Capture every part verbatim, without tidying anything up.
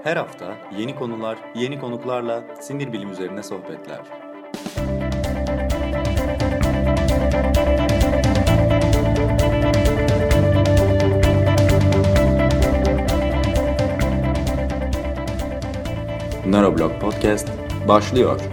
Her hafta yeni konular, yeni konuklarla sinir bilim üzerine sohbetler. Neuroblog Podcast başlıyor.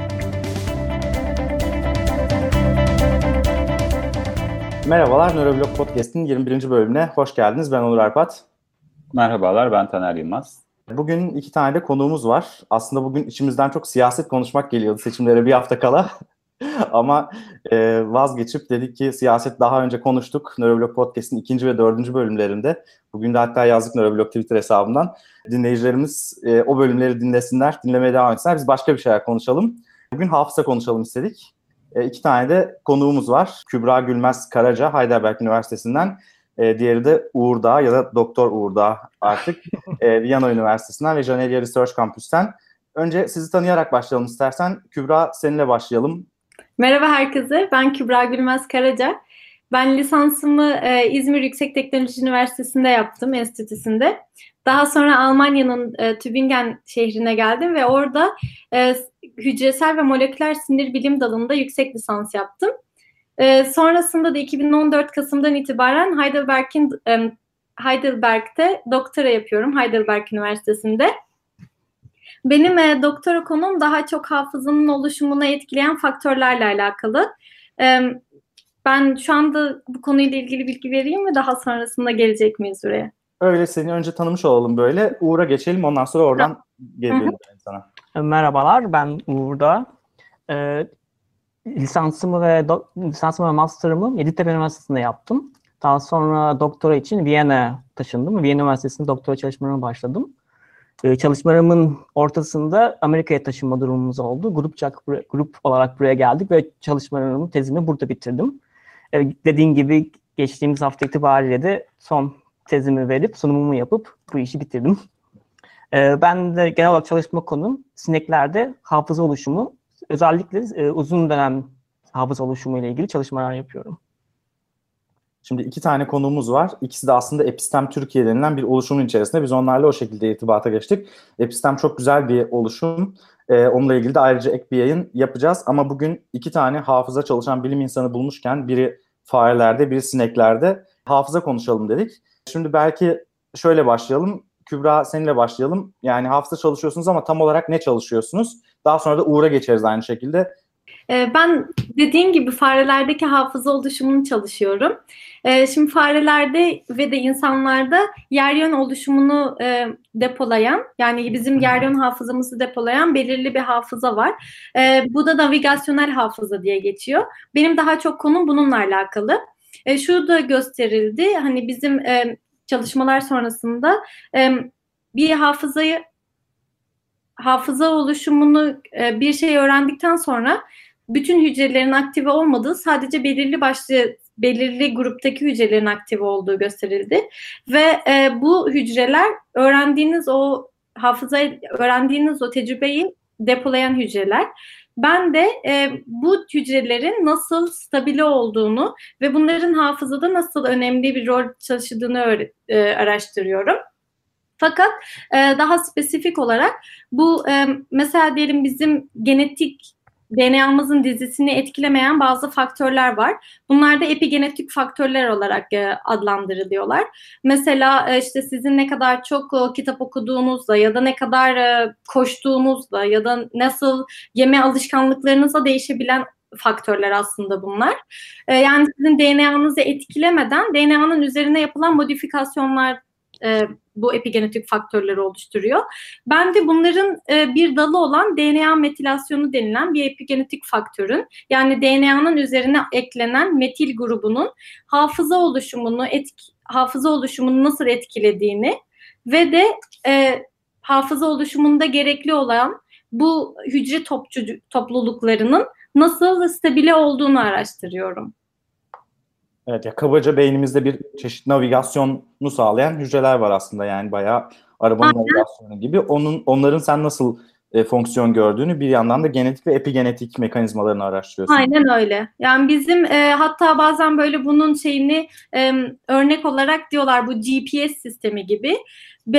Merhabalar, Neuroblog Podcast'in yirmi birinci bölümüne hoş geldiniz. Ben Onur Arpat. Merhabalar, ben Taner Yılmaz. Bugün iki tane de konuğumuz var. Aslında bugün içimizden çok siyaset konuşmak geliyordu seçimlere bir hafta kala. Ama e, vazgeçip dedik ki siyaset daha önce konuştuk. Neuroblog Podcast'in ikinci ve dördüncü bölümlerinde. Bugün de hatta yazdık Neuroblog Twitter hesabından. Dinleyicilerimiz e, o bölümleri dinlesinler, dinlemeye devam etsinler. Biz başka bir şeyler konuşalım. Bugün hafıza konuşalım istedik. E, iki tane de konuğumuz var. Kübra Gülmez Karaca, Heidelberg Üniversitesi'nden. E, diğeri de Uğur Dağ ya da Doktor Uğur Dağ artık. e, Viyana Üniversitesi'nden ve Janelia Research Campus'ten. Önce sizi tanıyarak başlayalım istersen. Kübra, seninle başlayalım. Merhaba herkese, ben Kübra Gülmez Karaca. Ben lisansımı e, İzmir Yüksek Teknoloji Üniversitesi'nde yaptım, enstitüsünde. Daha sonra Almanya'nın e, Tübingen şehrine geldim ve orada e, hücresel ve moleküler sinir bilim dalında yüksek lisans yaptım. E, sonrasında da iki bin on dört Kasım'dan itibaren Heidelberg'in e, Heidelberg'te doktora yapıyorum, Heidelberg Üniversitesi'nde. Benim e, doktora konum daha çok hafızanın oluşumunu etkileyen faktörlerle alakalı. E, ben şu anda bu konuyla ilgili bilgi vereyim mi? Daha sonrasında gelecek miyiz buraya? Öyle seni önce tanımış olalım böyle. Uğur'a geçelim, ondan sonra oradan geri dönelim sana. Merhabalar, ben Uğur Dağ. E, lisansımı ve do- lisansımı ve master'ımı Yeditepe Üniversitesi'nde yaptım. Daha sonra doktora için Viyana'ya taşındım. Viyana Üniversitesi'nde doktora çalışmalarıma başladım. Çalışmalarımın ortasında Amerika'ya taşınma durumumuz oldu. Grupça, grup olarak buraya geldik ve çalışmalarımın tezimi burada bitirdim. Dediğim gibi geçtiğimiz hafta itibariyle de son tezimi verip sunumumu yapıp bu işi bitirdim. Ben de genel olarak çalışma konum sineklerde hafıza oluşumu, özellikle uzun dönem hafıza oluşumu ile ilgili çalışmalar yapıyorum. Şimdi iki tane konuğumuz var. İkisi de aslında Epistem Türkiye denilen bir oluşumun içerisinde. Biz onlarla o şekilde irtibata geçtik. Epistem çok güzel bir oluşum. Ee, onunla ilgili de ayrıca ek bir yayın yapacağız. Ama bugün iki tane hafıza çalışan bilim insanı bulmuşken biri farelerde, biri sineklerde hafıza konuşalım dedik. Şimdi belki şöyle başlayalım. Kübra, seninle başlayalım. Yani hafıza çalışıyorsunuz ama tam olarak ne çalışıyorsunuz? Daha sonra da Uğur'a geçeriz aynı şekilde. Ben dediğin gibi farelerdeki hafıza oluşumunu çalışıyorum. Şimdi farelerde ve de insanlarda yer yön oluşumunu depolayan, yani bizim yer yön hafızamızı depolayan belirli bir hafıza var. Bu da navigasyonel hafıza diye geçiyor. Benim daha çok konum bununla alakalı. Şu da gösterildi, hani bizim çalışmalar sonrasında bir hafızayı hafıza oluşumunu bir şey öğrendikten sonra bütün hücrelerin aktive olmadığı, sadece belirli başlı belirli gruptaki hücrelerin aktive olduğu gösterildi ve e, bu hücreler öğrendiğiniz o hafızayı, öğrendiğiniz o tecrübeyi depolayan hücreler. Ben de e, bu hücrelerin nasıl stabile olduğunu ve bunların hafızada nasıl önemli bir rol taşıdığını öğre- e, araştırıyorum. Fakat e, daha spesifik olarak bu e, mesela diyelim bizim genetik D N A'mızın dizisini etkilemeyen bazı faktörler var. Bunlar da epigenetik faktörler olarak e, adlandırılıyorlar. Mesela e, işte sizin ne kadar çok e, kitap okuduğunuzla ya da ne kadar e, koştuğunuzla ya da nasıl yeme alışkanlıklarınızla değişebilen faktörler aslında bunlar. E, yani sizin D N A'nızı etkilemeden D N A'nın üzerine yapılan modifikasyonlar e, bu epigenetik faktörleri oluşturuyor. Ben de bunların e, bir dalı olan D N A metilasyonu denilen bir epigenetik faktörün, yani D N A'nın üzerine eklenen metil grubunun hafıza oluşumunu etki, hafıza oluşumunu nasıl etkilediğini ve de e, hafıza oluşumunda gerekli olan bu hücre topçu, topluluklarının nasıl stabile olduğunu araştırıyorum. Evet, ya kabaca beynimizde bir çeşit navigasyonu sağlayan hücreler var aslında, yani bayağı arabanın Aynen. navigasyonu gibi. Onun onların sen nasıl e, fonksiyon gördüğünü, bir yandan da genetik ve epigenetik mekanizmalarını araştırıyorsun. Aynen öyle. Yani bizim e, hatta bazen böyle bunun şeyini e, örnek olarak diyorlar, bu G P S sistemi gibi. Ve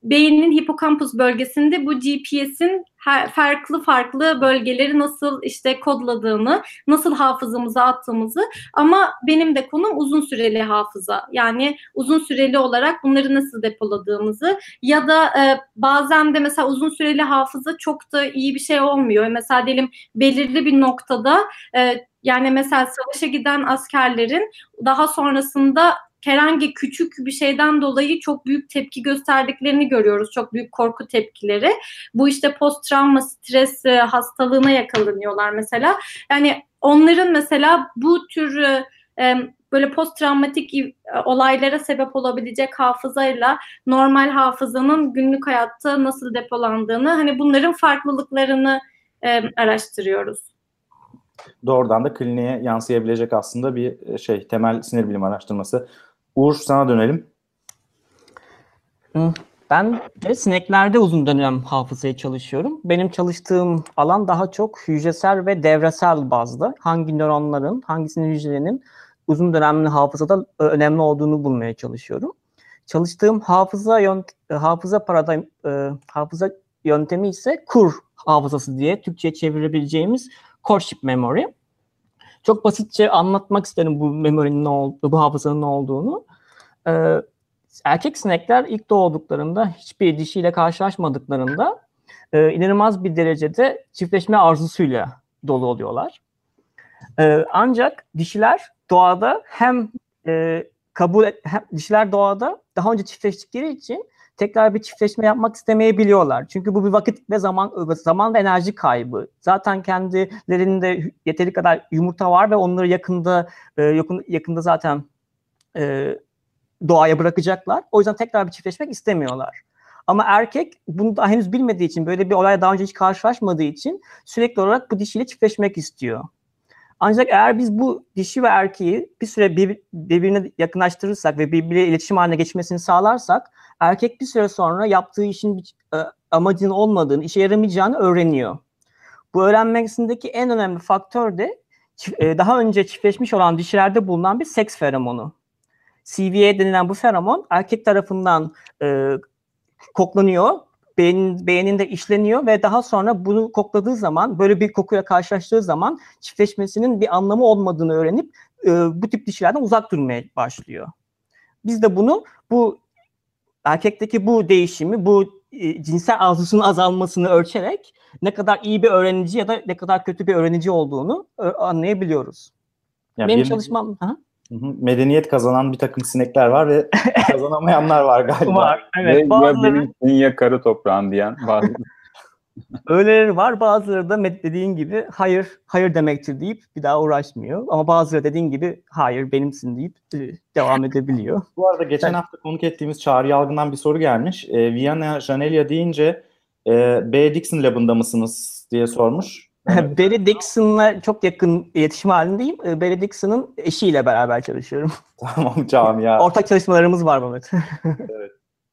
beynin hipokampus bölgesinde bu G P S'in her, farklı farklı bölgeleri nasıl işte kodladığını, nasıl hafızamıza attığımızı, ama benim de konum uzun süreli hafıza. Yani uzun süreli olarak bunları nasıl depoladığımızı ya da e, bazen de mesela uzun süreli hafıza çok da iyi bir şey olmuyor. Mesela diyelim belirli bir noktada e, yani mesela savaşa giden askerlerin daha sonrasında herhangi küçük bir şeyden dolayı çok büyük tepki gösterdiklerini görüyoruz. Çok büyük korku tepkileri. Bu işte post travma stres e, hastalığına yakalanıyorlar mesela. Yani onların mesela bu tür e, böyle post travmatik e, olaylara sebep olabilecek hafızayla normal hafızanın günlük hayatta nasıl depolandığını, hani bunların farklılıklarını e, araştırıyoruz. Doğrudan da kliniğe yansıyabilecek aslında bir şey, temel sinir bilimi araştırması. Uğur, sana dönelim. Ben de sineklerde uzun dönem hafızaya çalışıyorum. Benim çalıştığım alan daha çok hücresel ve devresel bazda. Hangi nöronların, hangi sinir hücrelerinin uzun dönemli hafızada önemli olduğunu bulmaya çalışıyorum. Çalıştığım hafıza yönt- hafıza paradigm e, hafıza yöntemi ise kur hafızası diye Türkçe'ye çevirebileceğimiz courtship memory. Çok basitçe anlatmak isterim bu memory'nin ne olduğu, bu hafızanın ne olduğunu. Ee, erkek sinekler ilk doğduklarında, hiçbir dişiyle karşılaşmadıklarında e, inanılmaz bir derecede çiftleşme arzusuyla dolu oluyorlar. Ee, ancak dişiler doğada hem e, kabul et, hem, dişiler doğada daha önce çiftleştikleri için tekrar bir çiftleşme yapmak istemeyebiliyorlar. Çünkü bu bir vakit ve zaman zaman ve enerji kaybı. Zaten kendilerinde yeteri kadar yumurta var ve onları yakında e, yakın, yakında zaten e, doğaya bırakacaklar. O yüzden tekrar bir çiftleşmek istemiyorlar. Ama erkek bunu daha henüz bilmediği için, böyle bir olaya daha önce hiç karşılaşmadığı için sürekli olarak bu dişiyle çiftleşmek istiyor. Ancak eğer biz bu dişi ve erkeği bir süre bir, birbirine yakınlaştırırsak ve birbiriyle iletişim haline geçmesini sağlarsak, erkek bir süre sonra yaptığı işin bir, e, amacının olmadığını, işe yaramayacağını öğreniyor. Bu öğrenmesindeki en önemli faktör de e, daha önce çiftleşmiş olan dişilerde bulunan bir seks feromonu. C V A denilen bu feromon erkek tarafından e, koklanıyor, beyin, beyninde işleniyor ve daha sonra bunu kokladığı zaman, böyle bir kokuyla karşılaştığı zaman çiftleşmesinin bir anlamı olmadığını öğrenip e, bu tip dişilerden uzak durmaya başlıyor. Biz de bunu, bu erkekteki bu değişimi, bu e, cinsel arzusunun azalmasını ölçerek ne kadar iyi bir öğrenici ya da ne kadar kötü bir öğrenici olduğunu e, anlayabiliyoruz. Yani Benim bir çalışmam... Aha. medeniyet kazanan bir takım sinekler var ve kazanamayanlar var galiba. Var, evet. Ve Bazıları... ya benim ya karı toprağın diyen bazı. Öyleleri var. Bazıları da dediğin gibi hayır, hayır demektir deyip bir daha uğraşmıyor. Ama bazıları dediğin gibi hayır benimsin deyip devam edebiliyor. Bu arada geçen evet. hafta konuk ettiğimiz Çağrı Yalgın'dan bir soru gelmiş. E, Viyana Janelia deyince e, B. Dixon Lab'ında mısınız diye sormuş. Barry Dixon'la çok yakın iletişim halindeyim. Barry Dixon'ın eşiyle beraber çalışıyorum. Tamam camia. Ortak çalışmalarımız var Mehmet. Evet.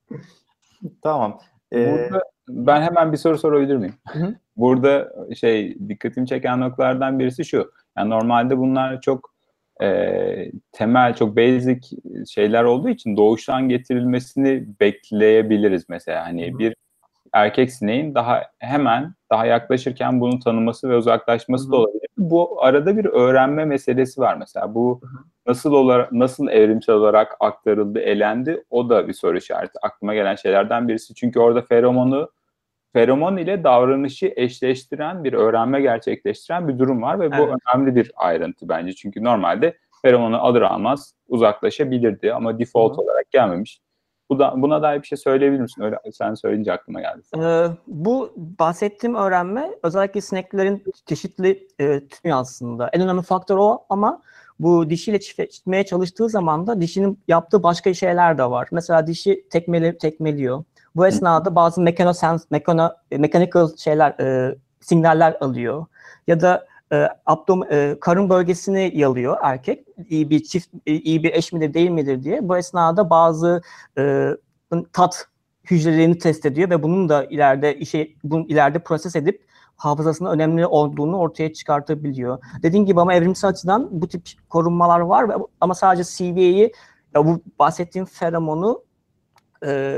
Tamam. Ee, Burada ben hemen bir soru sorabilir miyim? Hı? Burada şey dikkatimi çeken noktalardan birisi şu. Yani normalde bunlar çok e, temel, çok basic şeyler olduğu için doğuştan getirilmesini bekleyebiliriz mesela. Hani Hı. bir erkek sineğin daha hemen daha yaklaşırken bunu tanıması ve uzaklaşması Hı-hı. da olabilir. Bu arada bir öğrenme meselesi var mesela. Bu Hı-hı. nasıl olarak nasıl evrimsel olarak aktarıldı, elendi, o da bir soru işareti. Aklıma gelen şeylerden birisi. Çünkü orada feromonu feromon ile davranışı eşleştiren bir öğrenme gerçekleştiren bir durum var ve evet. bu önemli bir ayrıntı bence. Çünkü normalde feromonu alır almaz uzaklaşabilirdi ama default Hı-hı. olarak gelmemiş. Bu da, buna dair bir şey söyleyebilir misin? Öyle sen söyleyince aklıma geldi. Ee, bu bahsettiğim öğrenme özellikle sineklerin çeşitli e, tümü aslında. En önemli faktör o, ama bu dişiyle çiftleşmeye çalıştığı zaman da dişinin yaptığı başka şeyler de var. Mesela dişi tekmeli, tekmeliyor. Bu esnada bazı mekanosens, mekano, mechanical şeyler, e, sinyaller alıyor. Ya da e, abdom, e, karın bölgesini yalıyor erkek. İyi bir çift, iyi bir eş midir değil midir diye. Bu esnada bazı e, tat hücrelerini test ediyor ve bunun da ileride işe, bunu ileride proses edip hafızasının önemli olduğunu ortaya çıkartabiliyor. Dediğim gibi ama evrimsel açıdan bu tip korunmalar var ve ama sadece C V A'yı, ya bu bahsettiğim feromonu e,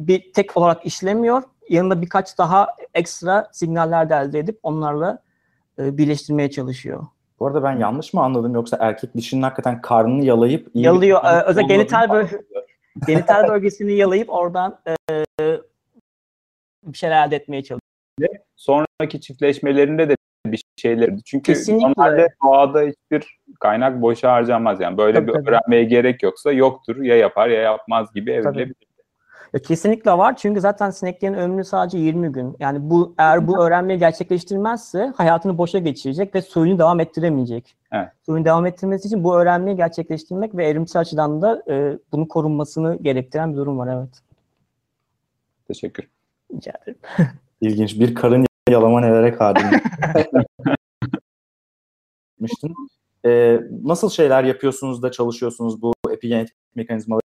bir tek olarak işlemiyor. Yanında birkaç daha ekstra signaller de elde edip onlarla e, birleştirmeye çalışıyor. Bu arada ben yanlış mı anladım yoksa erkek dişinin hakikaten karnını yalayıp iyi Yalıyor. bir E, özellikle genital, olmadığını böl genital bölgesini yalayıp oradan e, bir şeyler elde etmeye çalışıyor. Sonraki çiftleşmelerinde de bir şeyler. Çünkü Kesinlikle. normalde doğada hiçbir kaynak boşa harcanmaz. Yani böyle Tabii, bir tabii. öğrenmeye gerek yoksa yoktur. Ya yapar ya yapmaz gibi evrilebilir. Ya kesinlikle var çünkü zaten sineklerin ömrü sadece yirmi gün. Yani bu eğer bu öğrenmeyi gerçekleştirmezse hayatını boşa geçirecek ve soyunu devam ettiremeyecek. Evet. Soyunu devam ettirmesi için bu öğrenmeyi gerçekleştirmek ve evrimsel açıdan da e, bunun korunmasını gerektiren bir durum var, evet. Teşekkür. Rica ederim. İlginç. Bir karın yalama nelere kadir. Ee, nasıl şeyler yapıyorsunuz da çalışıyorsunuz bu epigenetik mekanizmaları?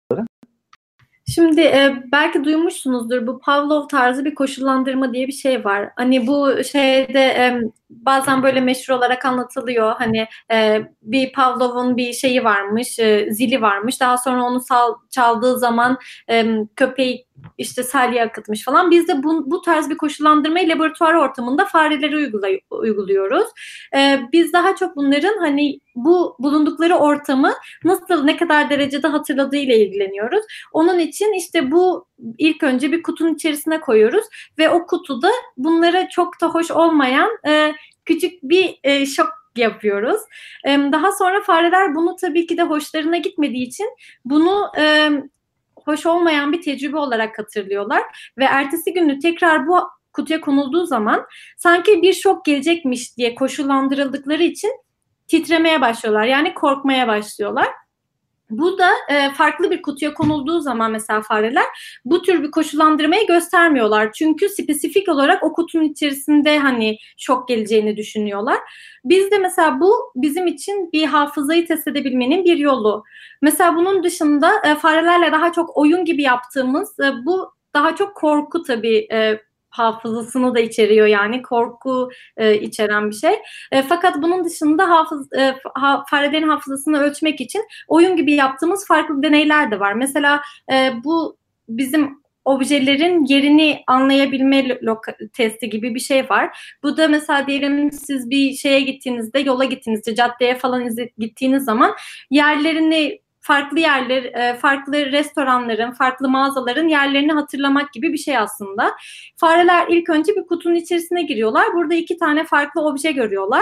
Şimdi e, belki duymuşsunuzdur, bu Pavlov tarzı bir koşullandırma diye bir şey var. Hani bu şeyde e, bazen böyle meşhur olarak anlatılıyor. Hani e, bir Pavlov'un bir şeyi varmış, e, zili varmış. Daha sonra onu sal, çaldığı zaman e, köpeği işte salya akıtmış falan. Biz de bu, bu tarz bir koşullandırmayı laboratuvar ortamında farelere uygulay- uyguluyoruz. E, biz daha çok bunların hani bu bulundukları ortamı nasıl, ne kadar derecede hatırladığı ile ilgileniyoruz. Onun için işte bu ilk önce bir kutunun içerisine koyuyoruz ve o kutuda bunlara çok da hoş olmayan e, küçük bir e, şok yapıyoruz. E, daha sonra fareler bunu tabii ki de hoşlarına gitmediği için bunu e, hoş olmayan bir tecrübe olarak hatırlıyorlar ve ertesi günü tekrar bu kutuya konulduğu zaman sanki bir şok gelecekmiş diye koşullandırıldıkları için titremeye başlıyorlar. Yani korkmaya başlıyorlar. Bu da e, farklı bir kutuya konulduğu zaman mesela fareler bu tür bir koşullandırmayı göstermiyorlar. Çünkü spesifik olarak o kutunun içerisinde hani şok geleceğini düşünüyorlar. Biz de mesela bu bizim için bir hafızayı test edebilmenin bir yolu. Mesela bunun dışında e, farelerle daha çok oyun gibi yaptığımız e, bu daha çok korku tabii e, hafızasını da içeriyor, yani korku e, içeren bir şey. E, fakat bunun dışında hafız, e, ha, farelerin hafızasını ölçmek için oyun gibi yaptığımız farklı deneyler de var. Mesela e, bu bizim objelerin yerini anlayabilme loka- testi gibi bir şey var. Bu da mesela diyelim siz bir şeye gittiğinizde, yola gittiğinizde, caddeye falan izle, gittiğiniz zaman yerlerini, farklı yerler, farklı restoranların, farklı mağazaların yerlerini hatırlamak gibi bir şey aslında. Fareler ilk önce bir kutunun içerisine giriyorlar. Burada iki tane farklı obje görüyorlar.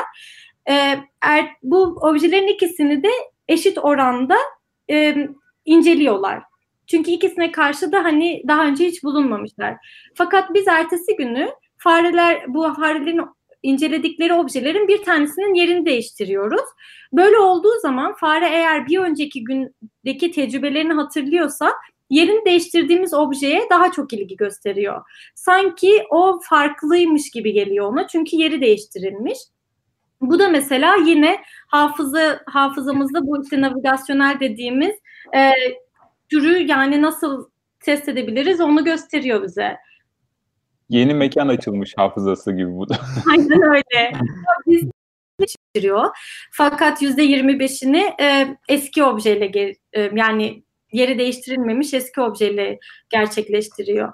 Er, bu objelerin ikisini de eşit oranda e, inceliyorlar. Çünkü ikisine karşı da hani daha önce hiç bulunmamışlar. Fakat biz ertesi günü fareler, bu farelerin inceledikleri objelerin bir tanesinin yerini değiştiriyoruz. Böyle olduğu zaman fare eğer bir önceki gündeki tecrübelerini hatırlıyorsa yerini değiştirdiğimiz objeye daha çok ilgi gösteriyor. Sanki o farklıymış gibi geliyor ona, çünkü yeri değiştirilmiş. Bu da mesela yine hafıza hafızamızda bu işte navigasyonel dediğimiz e, türü, yani nasıl test edebiliriz onu gösteriyor bize. Yeni mekan açılmış hafızası gibi bu da. Aynen öyle. Biz geçiriyor. Fakat yüzde yirmi beşini e, eski objeyle e, yani yeri değiştirilmemiş eski objeyle gerçekleştiriyor.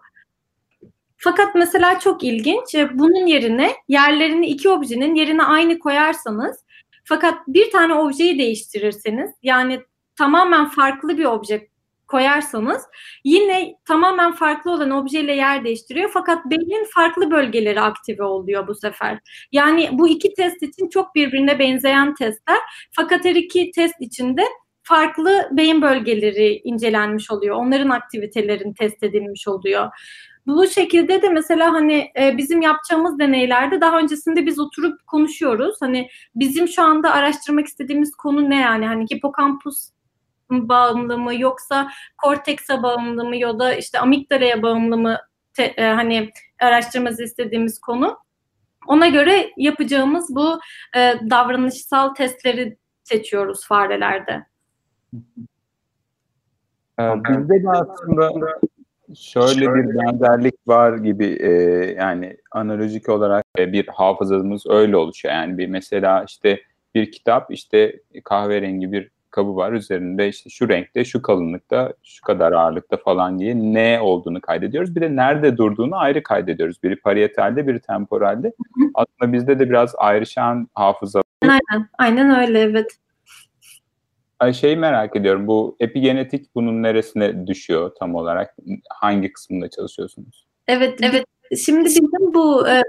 Fakat mesela çok ilginç, bunun yerine yerlerini, iki objenin yerine aynı koyarsanız fakat bir tane objeyi değiştirirseniz, yani tamamen farklı bir obje koyarsanız yine tamamen farklı olan objeyle yer değiştiriyor fakat beynin farklı bölgeleri aktive oluyor bu sefer. Yani bu iki test için çok birbirine benzeyen testler fakat her iki test içinde farklı beyin bölgeleri incelenmiş oluyor. Onların aktivitelerin test edilmiş oluyor. Bu şekilde de mesela hani e, bizim yapacağımız deneylerde daha öncesinde biz oturup konuşuyoruz. Hani bizim şu anda araştırmak istediğimiz konu ne yani? Hani hipokampus bağımlı mı, yoksa korteksa bağımlı mı, ya da işte amigdalaya bağımlı mı te, e, hani araştırması istediğimiz konu. Ona göre yapacağımız bu e, davranışsal testleri seçiyoruz farelerde. Ee, bizde de aslında şöyle bir benzerlik var gibi, e, yani analojik olarak e, bir hafızamız öyle oluşuyor. Yani bir mesela işte bir kitap, işte kahverengi bir kabı var. Üzerinde işte şu renkte, şu kalınlıkta, şu kadar ağırlıkta falan diye ne olduğunu kaydediyoruz. Bir de nerede durduğunu ayrı kaydediyoruz. Biri parietalde, biri temporalde. Aslında bizde de biraz ayrışan hafıza. Aynen, aynen öyle, evet. Ay, şeyi merak ediyorum. Bu epigenetik bunun neresine düşüyor tam olarak? Hangi kısmında çalışıyorsunuz? Evet, evet. Şimdi bizim bu e,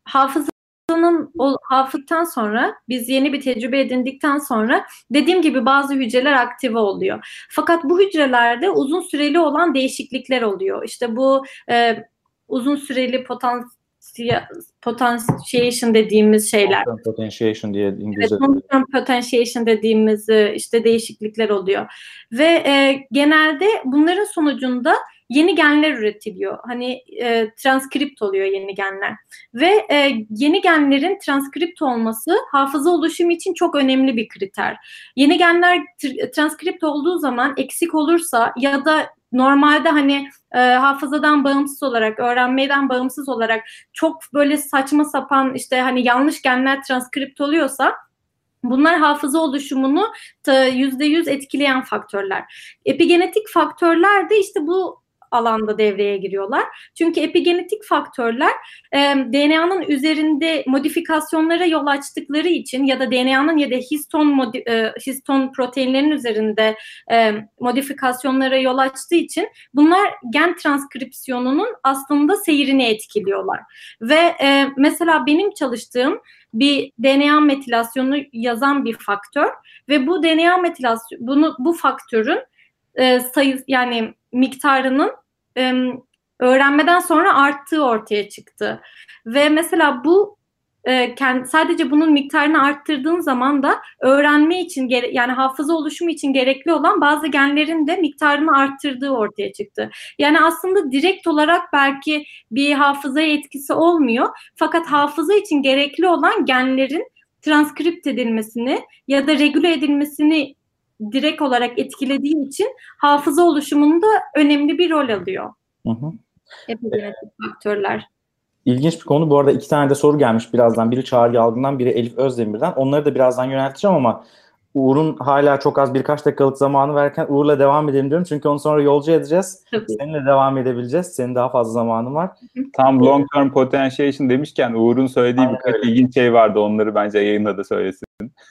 hafızanın o hafızdan sonra biz yeni bir tecrübe edindikten sonra dediğim gibi bazı hücreler aktive oluyor. Fakat bu hücrelerde uzun süreli olan değişiklikler oluyor. İşte bu e, uzun süreli potansiyel potentiation dediğimiz şeyler. Long-term potentiation diye İngilizce. Evet, long-term potentiation dediğimiz e, işte değişiklikler oluyor. Ve e, genelde bunların sonucunda yeni genler üretiliyor. Hani e, transkript oluyor yeni genler. Ve e, yeni genlerin transkript olması hafıza oluşumu için çok önemli bir kriter. Yeni genler tr- transkript olduğu zaman eksik olursa ya da normalde hani e, hafızadan bağımsız olarak, öğrenmeden bağımsız olarak çok böyle saçma sapan işte hani yanlış genler transkript oluyorsa bunlar hafıza oluşumunu yüzde yüz etkileyen faktörler. Epigenetik faktörler de işte bu alanda devreye giriyorlar. Çünkü epigenetik faktörler e, D N A'nın üzerinde modifikasyonlara yol açtıkları için ya da D N A'nın ya da histon modi, e, histon proteinlerin üzerinde e, modifikasyonlara yol açtığı için bunlar gen transkripsiyonunun aslında seyrini etkiliyorlar. Ve e, mesela benim çalıştığım bir D N A metilasyonu yazan bir faktör ve bu D N A metilasyon bunu bu faktörün e, sayı yani miktarının e, öğrenmeden sonra arttığı ortaya çıktı. Ve mesela bu e, kend, sadece bunun miktarını arttırdığın zaman da öğrenme için gere, yani hafıza oluşumu için gerekli olan bazı genlerin de miktarını arttırdığı ortaya çıktı. Yani aslında direkt olarak belki bir hafızaya etkisi olmuyor. Fakat hafıza için gerekli olan genlerin transkript edilmesini ya da regüle edilmesini direkt olarak etkilediği için hafıza oluşumunda önemli bir rol alıyor. Hı hı. Epigenetik faktörler. İlginç bir konu. Bu arada iki tane de soru gelmiş birazdan. Biri Çağrı Yalgın'dan, biri Elif Özdemir'den. Onları da birazdan yönelteceğim ama Uğur'un hala çok az birkaç dakikalık zamanı verirken Uğur'la devam edelim diyorum. Çünkü onu sonra yolcu edeceğiz. Tabii. Seninle devam edebileceğiz. Senin daha fazla zamanın var. Tam long term potentiation demişken Uğur'un söylediği Aynen birkaç öyle. ilginç şey vardı. Onları bence yayında da söylesin.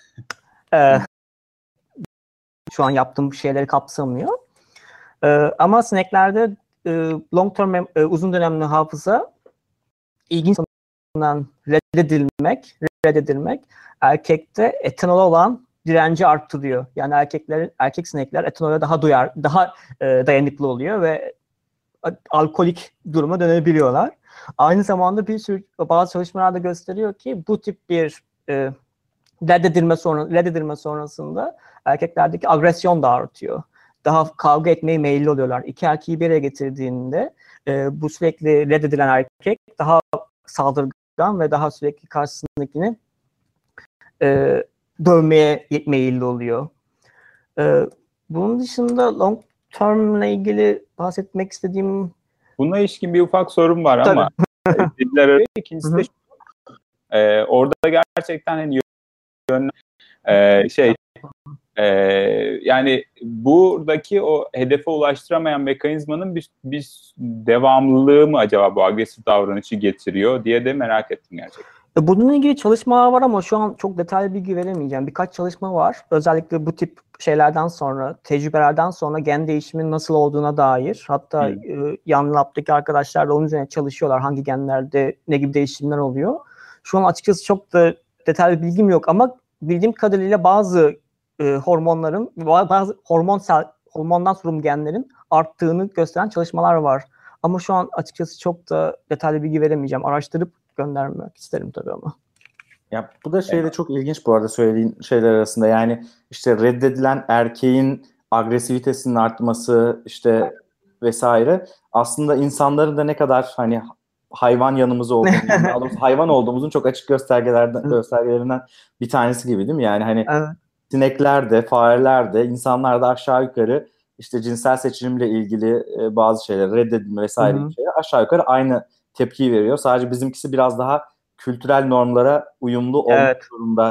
Ee, şu an yaptığım şeyleri kapsamıyor. Ee, ama sineklerde e, long term mem- e, uzun dönemli hafıza ilginç tarafından reddedilmek, reddedilmek erkekte etanola olan direnci arttırıyor. Yani erkeklerin erkek sinekler etanola daha duyar, daha e, dayanıklı oluyor ve alkolik duruma dönebiliyorlar. Aynı zamanda bir sürü bazı çalışmalarda gösteriyor ki bu tip bir e, reddedilme sonra reddedilme sonrasında erkeklerdeki agresyon da artıyor. Daha kavga etmeye meyilli oluyorlar. İki erkeği bir araya getirdiğinde e, bu sürekli reddedilen erkek daha saldırgan ve daha sürekli karşısındakini e, dövmeye meyilli oluyor. E, bunun dışında long term ile ilgili bahsetmek istediğim... Buna ilişkin bir ufak sorum var ama diller arası. İkincisi de şu, e, orada gerçekten hani yön, e, şey e, yani buradaki o hedefe ulaştıramayan mekanizmanın bir, bir devamlılığı mı acaba bu agresif davranışı getiriyor diye de merak ettim gerçekten. Bununla ilgili çalışmalar var ama şu an çok detaylı bilgi veremeyeceğim. Birkaç çalışma var. Özellikle bu tip şeylerden sonra, tecrübelerden sonra gen değişiminin nasıl olduğuna dair. Hatta hmm. e, yan lab'daki arkadaşlar da onun üzerine çalışıyorlar. Hangi genlerde ne gibi değişimler oluyor. Şu an açıkçası çok da detaylı bilgim yok ama bildiğim kadarıyla bazı e, hormonların, bazı hormonsel, hormondan sorumlu genlerin arttığını gösteren çalışmalar var. Ama şu an açıkçası çok da detaylı bilgi veremeyeceğim. Araştırıp göndermek isterim tabii ama. Ya bu da şeyde çok ilginç bu arada söylediğin şeyler arasında. Yani işte reddedilen erkeğin agresivitesinin artması işte vesaire aslında insanların da ne kadar hani hayvan yanımız olduğunu, yani daha doğrusu hayvan olduğumuzun çok açık göstergelerden göstergelerinden bir tanesi gibi değil mi? Yani hani evet. Sinekler de, fareler de, insanlar da aşağı yukarı işte cinsel seçimle ilgili bazı şeyler, reddedilme vesaire gibi şeyler aşağı yukarı aynı tepkiyi veriyor. Sadece bizimkisi biraz daha kültürel normlara uyumlu olmak evet. zorunda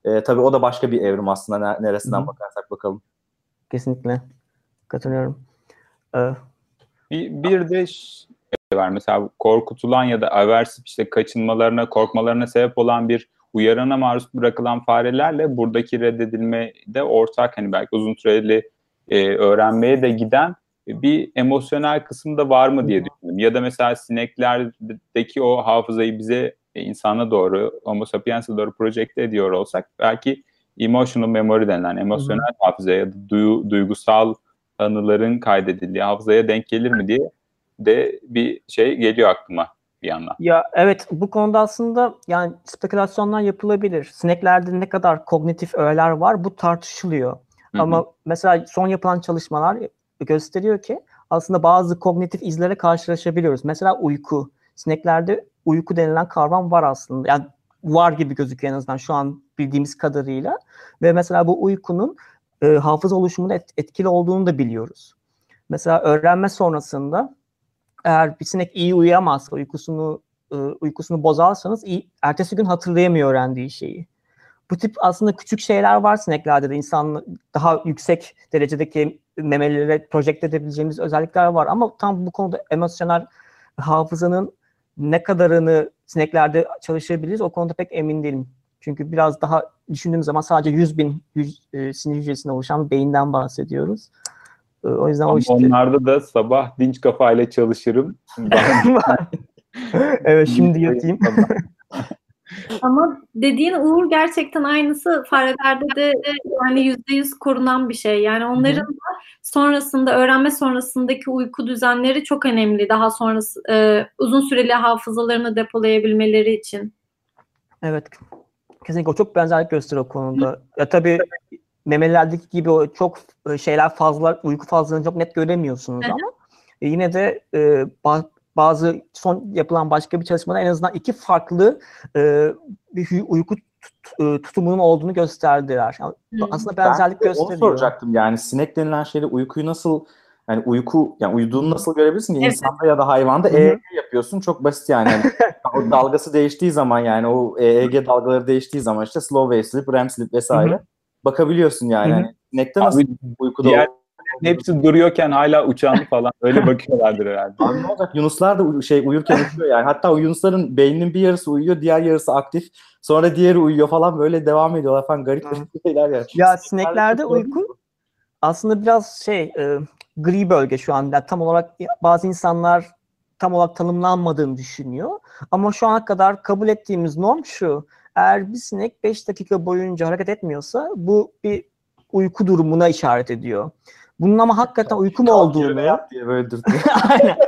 E, tabii o da başka bir evrim aslında ne- neresinden Hı. bakarsak bakalım. Kesinlikle. Katılıyorum. Ee, Bir, bir de şey var mesela korkutulan ya da aversif işte kaçınmalarına, korkmalarına sebep olan bir uyarana maruz bırakılan farelerle buradaki reddedilme de ortak, hani belki uzun süreli e, öğrenmeye de giden bir emosyonel kısım da var mı diye düşündüm. Ya da mesela sineklerdeki o hafızayı bize e, insana doğru, Homo sapiens'e doğru projekte ediyor olsak belki emotional memory denilen emosyonel hafıza ya da duyu, duygusal anıların kaydedildiği hafızaya denk gelir mi diye de bir şey geliyor aklıma bir yandan. Ya evet, bu konuda aslında yani spekülasyonlar yapılabilir. Sineklerde ne kadar kognitif öğeler var bu tartışılıyor. Hı hı. Ama mesela son yapılan çalışmalar gösteriyor ki aslında bazı kognitif izlere karşılaşabiliyoruz. Mesela uyku. Sineklerde uyku denilen kavram var aslında. Yani var gibi gözüküyor en azından şu an bildiğimiz kadarıyla. Ve mesela bu uykunun e, hafıza oluşumunda et, etkili olduğunu da biliyoruz. Mesela öğrenme sonrasında eğer bir sinek iyi uyuyamazsa, uykusunu e, uykusunu bozarsanız iyi, ertesi gün hatırlayamıyor öğrendiği şeyi. Bu tip aslında küçük şeyler var sineklerde de, insan daha yüksek derecedeki memelilere projekte edebileceğimiz özellikler var ama tam bu konuda emosyonel hafızanın ne kadarını sineklerde çalışabiliriz o konuda pek emin değilim. Çünkü biraz daha düşündüğüm zaman sadece yüz bin yüz, e, sinir hücresinden oluşan bir beyinden bahsediyoruz. E, o yüzden Ama o işte... onlarda da sabah dinç kafayla çalışırım. Evet, şimdi yatayım. Ama dediğin Uğur gerçekten aynısı farelerde de yani yüzde yüz korunan bir şey. Yani onların da sonrasında öğrenme sonrasındaki uyku düzenleri çok önemli. Daha sonrası e, uzun süreli hafızalarını depolayabilmeleri için. Evet. Kesinlikle o çok benzerlik gösteriyor o konuda. Ya tabii memelilerdeki gibi o çok şeyler fazla, uyku fazlalığını çok net göremiyorsunuz ama e, yine de e, bazı son yapılan başka bir çalışmada en azından iki farklı e, bir uyku tut, tutumunun olduğunu gösterdiler. Yani aslında benzerlik ben gösteriyor. Onu soracaktım yani sinek denilen şeyde uykuyu nasıl, yani uyku, yani uyuduğunu nasıl görebilirsin ki? Evet. İnsanda ya da hayvanda E E G yapıyorsun, çok basit yani. Yani o dalgası değiştiği zaman, yani o E E G dalgaları değiştiği zaman işte slow wave sleep, R E M sleep vesaire Hı hı. bakabiliyorsun yani. Hı hı. Yani sinekte nasıl Abi, uykuda diğer o? hepsi duruyorken hala uçan falan öyle bakıyorlardır herhalde. Abi ne olacak? Yunuslar da şey uyurken uçuyor yani. Hatta o yunusların beyninin bir yarısı uyuyor, diğer yarısı aktif. Sonra diğeri uyuyor falan, böyle devam ediyorlar falan. Garip bir şeyler yani. Ya sineklerde uyku aslında biraz şey e, gri bölge şu an. Yani tam olarak bazı insanlar tam olarak tanımlanmadığını düşünüyor. Ama şu ana kadar kabul ettiğimiz norm şu: eğer bir sinek beş dakika boyunca hareket etmiyorsa bu bir uyku durumuna işaret ediyor. Bunun ama hakikaten uyku mu olduğunu diye böyle dürtüyor. aynen.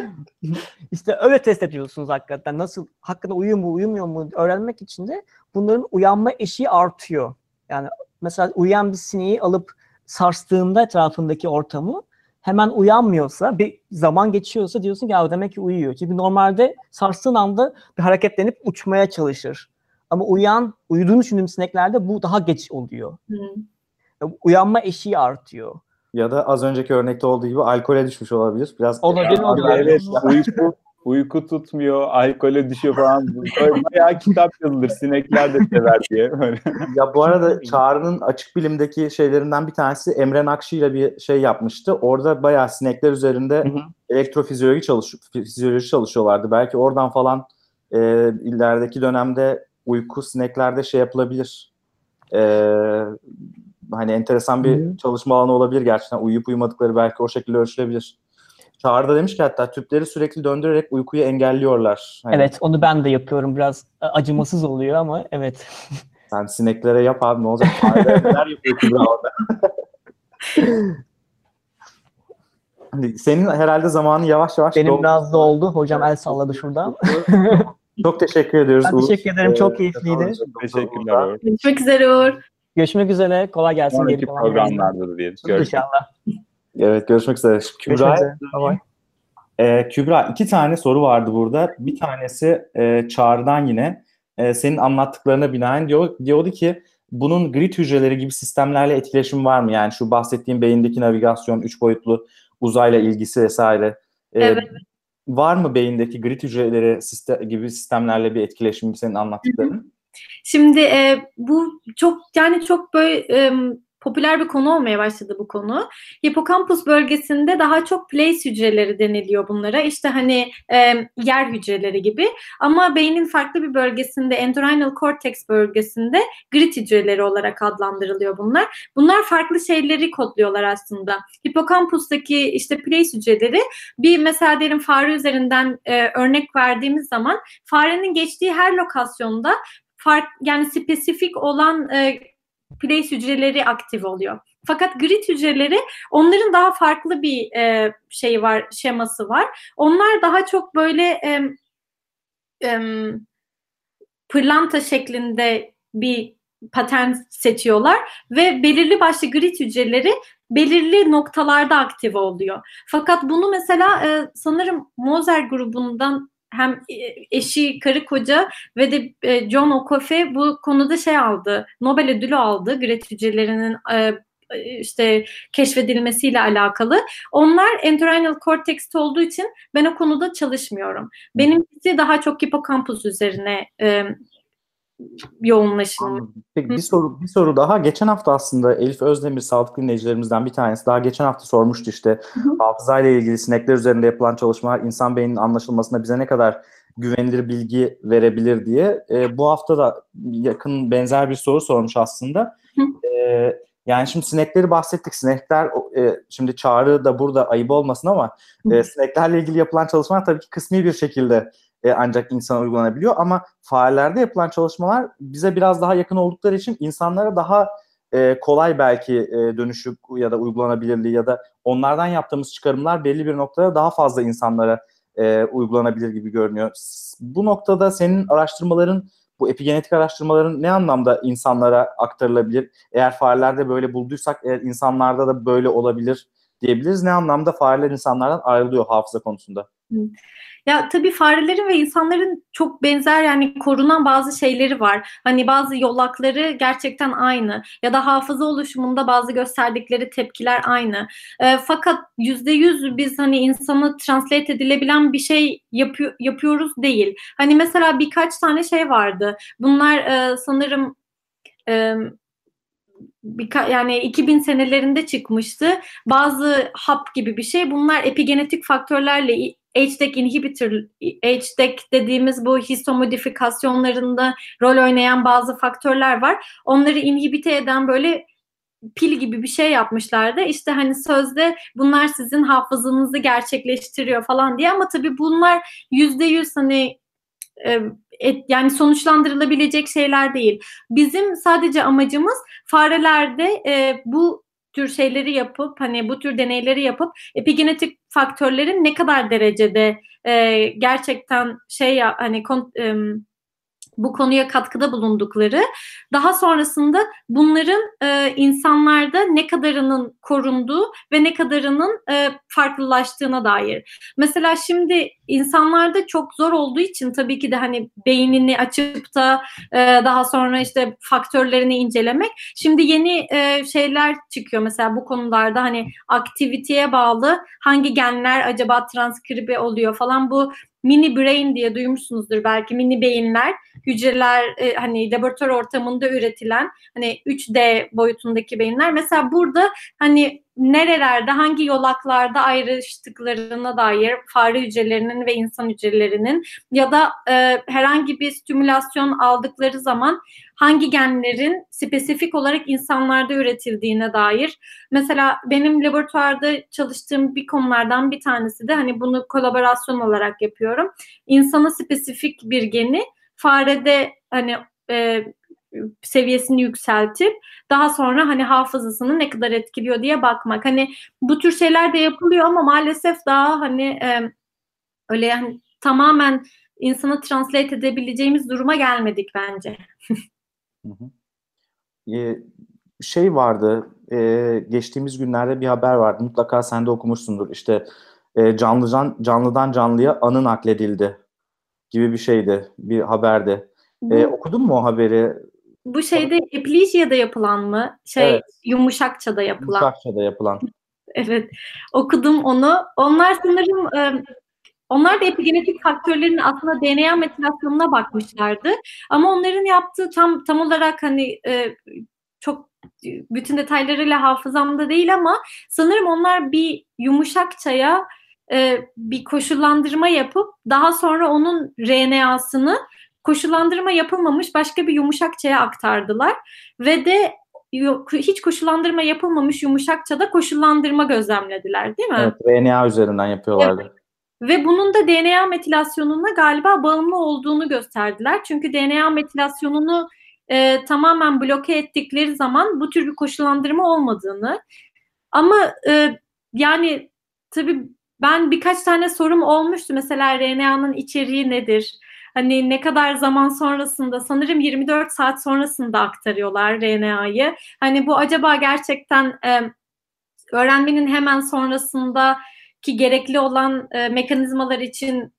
İşte öyle test ediyorsunuz hakikaten. Nasıl, hakikaten uyuyor mu, uyumuyor mu öğrenmek için de bunların uyanma eşiği artıyor. Yani mesela uyuyan bir sineği alıp sarstığında etrafındaki ortamı, hemen uyanmıyorsa, bir zaman geçiyorsa diyorsun ki ya demek ki uyuyor. Çünkü normalde sarstığın anda bir hareketlenip uçmaya çalışır. Ama uyan, uyuduğunu düşündüğüm sineklerde bu daha geç oluyor. Hı. Uyanma eşiği artıyor. Ya da az önceki örnekte olduğu gibi alkole düşmüş olabilir. Biraz Olabilir, Abi olabilir. evet, uyku uyku tutmuyor, alkole düşüyor falan. Böyle bayağı kitap yazılır, sinekler de sever diye. Ya bu arada Çağrı'nın açık bilimdeki şeylerinden bir tanesi, Emre Nakşi ile bir şey yapmıştı. Orada bayağı sinekler üzerinde Hı hı. elektrofizyoloji çalış fizyoloji çalışıyorlardı. Belki oradan falan e, ilerideki dönemde uyku sineklerde şey yapılabilir. E, hani enteresan bir Hı. çalışma alanı olabilir gerçekten. Uyuyup uyumadıkları belki o şekilde ölçülebilir. Çağrı da demiş ki hatta tüpleri sürekli döndürerek uykuyu engelliyorlar. Hani Evet, onu ben de yapıyorum. Biraz acımasız oluyor ama evet. sen sineklere yap abi, ne olacak? Neler yapıyor Kübra orada? Senin herhalde zamanı yavaş yavaş Benim doldu. biraz da oldu. Hocam el salladı şuradan. Çok teşekkür ediyoruz. Ben Uğur. teşekkür ederim. Çok Ee, keyifliydi. Teşekkürler Uğur. Görüşmek üzere Uğur. Görüşmek üzere. Kolay gelsin. Sonraki Geri kalan programlarda da diyelim. yayında. İnşallah. Evet, görüşmek üzere. Görüşmek Kübra, üzere. Bye bye. e, Kübra iki tane soru vardı burada. Bir tanesi e, Çağrı'dan yine. E, senin anlattıklarına binaen diyor, diyordu ki bunun grid hücreleri gibi sistemlerle etkileşim var mı? Yani şu bahsettiğim beyindeki navigasyon, üç boyutlu uzayla ilgisi vesaire. E, Evet. Var mı beyindeki grid hücreleri sistem, gibi sistemlerle bir etkileşim senin anlattıkların? Şimdi e, bu çok yani çok böyle e, popüler bir konu olmaya başladı bu konu. Hipokampus bölgesinde daha çok place hücreleri deniliyor bunlara. İşte hani e, yer hücreleri gibi. Ama beynin farklı bir bölgesinde, entorhinal cortex bölgesinde grit hücreleri olarak adlandırılıyor bunlar. Bunlar farklı şeyleri kodluyorlar aslında. Hipokampustaki işte place hücreleri bir mesela diyelim fare üzerinden e, örnek verdiğimiz zaman farenin geçtiği her lokasyonda fark yani spesifik olan e, place hücreleri aktif oluyor. Fakat grit hücreleri onların daha farklı bir e, şey var, şeması var. Onlar daha çok böyle e, e, pırlanta şeklinde bir patern seçiyorlar ve belirli başlı grit hücreleri belirli noktalarda aktif oluyor. Fakat bunu mesela e, sanırım Moser grubundan hem eşi, karı koca ve de e, John O'Keefe bu konuda şey aldı, Nobel ödülü aldı grit hücrelerinin e, işte keşfedilmesiyle alakalı. Onlar entorhinal cortex'te olduğu için ben o konuda çalışmıyorum. Benimkisi daha çok hipokampus üzerine e, yoğunlaşılmış. Peki bir soru bir soru daha. Geçen hafta aslında Elif Özdemir, sağlık dinleyicilerimizden bir tanesi daha geçen hafta sormuştu işte hafızayla ilgili sinekler üzerinde yapılan çalışmalar insan beyninin anlaşılmasına bize ne kadar güvenilir bilgi verebilir diye. E, bu hafta da yakın benzer bir soru sormuş aslında. E, yani şimdi sinekleri bahsettik. Sinekler e, şimdi Çağrı da burada ayıp olmasın ama e, sineklerle ilgili yapılan çalışmalar tabii ki kısmi bir şekilde E, ancak insana uygulanabiliyor ama farelerde yapılan çalışmalar bize biraz daha yakın oldukları için insanlara daha e, kolay belki e, dönüşü ya da uygulanabilirliği ya da onlardan yaptığımız çıkarımlar belli bir noktada daha fazla insanlara e, uygulanabilir gibi görünüyor. Bu noktada senin araştırmaların, bu epigenetik araştırmaların ne anlamda insanlara aktarılabilir? Eğer farelerde böyle bulduysak eğer insanlarda da böyle olabilir diyebiliriz. Ne anlamda fareler insanlardan ayrılıyor hafıza konusunda? Ya tabii farelerin ve insanların çok benzer yani korunan bazı şeyleri var. Hani bazı yolakları gerçekten aynı ya da hafıza oluşumunda bazı gösterdikleri tepkiler aynı. E, fakat yüzde yüz biz hani insana translate edilebilen bir şey yapıyor, yapıyoruz değil. Hani mesela birkaç tane şey vardı. Bunlar e, sanırım e, Birka- yani iki bin senelerinde çıkmıştı. Bazı hap gibi bir şey. Bunlar epigenetik faktörlerle H D A C inhibitor, H D A C dediğimiz bu histomodifikasyonlarında rol oynayan bazı faktörler var. Onları inhibite eden böyle pil gibi bir şey yapmışlardı. İşte hani sözde bunlar sizin hafızanızı gerçekleştiriyor falan diye ama tabii bunlar yüzde yüz hani Et, yani sonuçlandırılabilecek şeyler değil. Bizim sadece amacımız farelerde e, bu tür şeyleri yapıp hani bu tür deneyleri yapıp epigenetik faktörlerin ne kadar derecede e, gerçekten şey ya hani kon, e, bu konuya katkıda bulundukları, daha sonrasında bunların e, insanlarda ne kadarının korunduğu ve ne kadarının e, farklılaştığına dair. Mesela şimdi insanlarda çok zor olduğu için tabii ki de hani beynini açıp da e, daha sonra işte faktörlerini incelemek. Şimdi yeni e, şeyler çıkıyor mesela bu konularda hani aktiviteye bağlı hangi genler acaba transkribe oluyor falan, bu mini brain diye duymuşsunuzdur belki, mini beyinler, hücreler e, hani laboratuvar ortamında üretilen hani üç D boyutundaki beyinler. Mesela burada hani nerelerde, hangi yolaklarda ayrıştıklarına dair fare hücrelerinin ve insan hücrelerinin ya da e, herhangi bir stimülasyon aldıkları zaman hangi genlerin spesifik olarak insanlarda üretildiğine dair. Mesela benim laboratuvarda çalıştığım bir konulardan bir tanesi de hani bunu kolaborasyon olarak yapıyorum. İnsana spesifik bir geni farede hani e, seviyesini yükseltip daha sonra hani hafızasını ne kadar etkiliyor diye bakmak. Hani bu tür şeyler de yapılıyor ama maalesef daha hani e, öyle yani tamamen insana translate edebileceğimiz duruma gelmedik bence. Hı hı. Ee, şey vardı, e, geçtiğimiz günlerde bir haber vardı. Mutlaka sen de okumuşsundur. İşte e, canlı can, canlıdan canlıya anı nakledildi gibi bir şeydi, bir haberdi. Bu, E, okudun mu o haberi? bu şeyde Eplijya'da yapılan mı? Şey Evet. Yumuşakça'da yapılan. Yumuşakça'da yapılan. Evet, okudum onu. Onlar sanırım e, onlar da epigenetik faktörlerin aslında D N A metilasyonuna bakmışlardı. Ama onların yaptığı tam tam olarak hani e, çok bütün detaylarıyla hafızamda değil ama sanırım onlar bir yumuşak çaya e, bir koşullandırma yapıp daha sonra onun R N A'sını koşullandırma yapılmamış başka bir yumuşak çaya aktardılar ve de hiç koşullandırma yapılmamış yumuşakçada koşullandırma gözlemlediler, değil mi? Evet, R N A üzerinden yapıyorlardı. Evet. Ve bunun da D N A metilasyonuna galiba bağımlı olduğunu gösterdiler. Çünkü D N A metilasyonunu e, tamamen bloke ettikleri zaman bu tür bir koşullandırma olmadığını. Ama e, yani tabii ben birkaç tane sorum olmuştu. Mesela R N A'nın içeriği nedir? Hani ne kadar zaman sonrasında, sanırım yirmi dört saat sonrasında aktarıyorlar R N A'yı. Hani bu acaba gerçekten e, öğrenmenin hemen sonrasındaki gerekli olan e, mekanizmalar için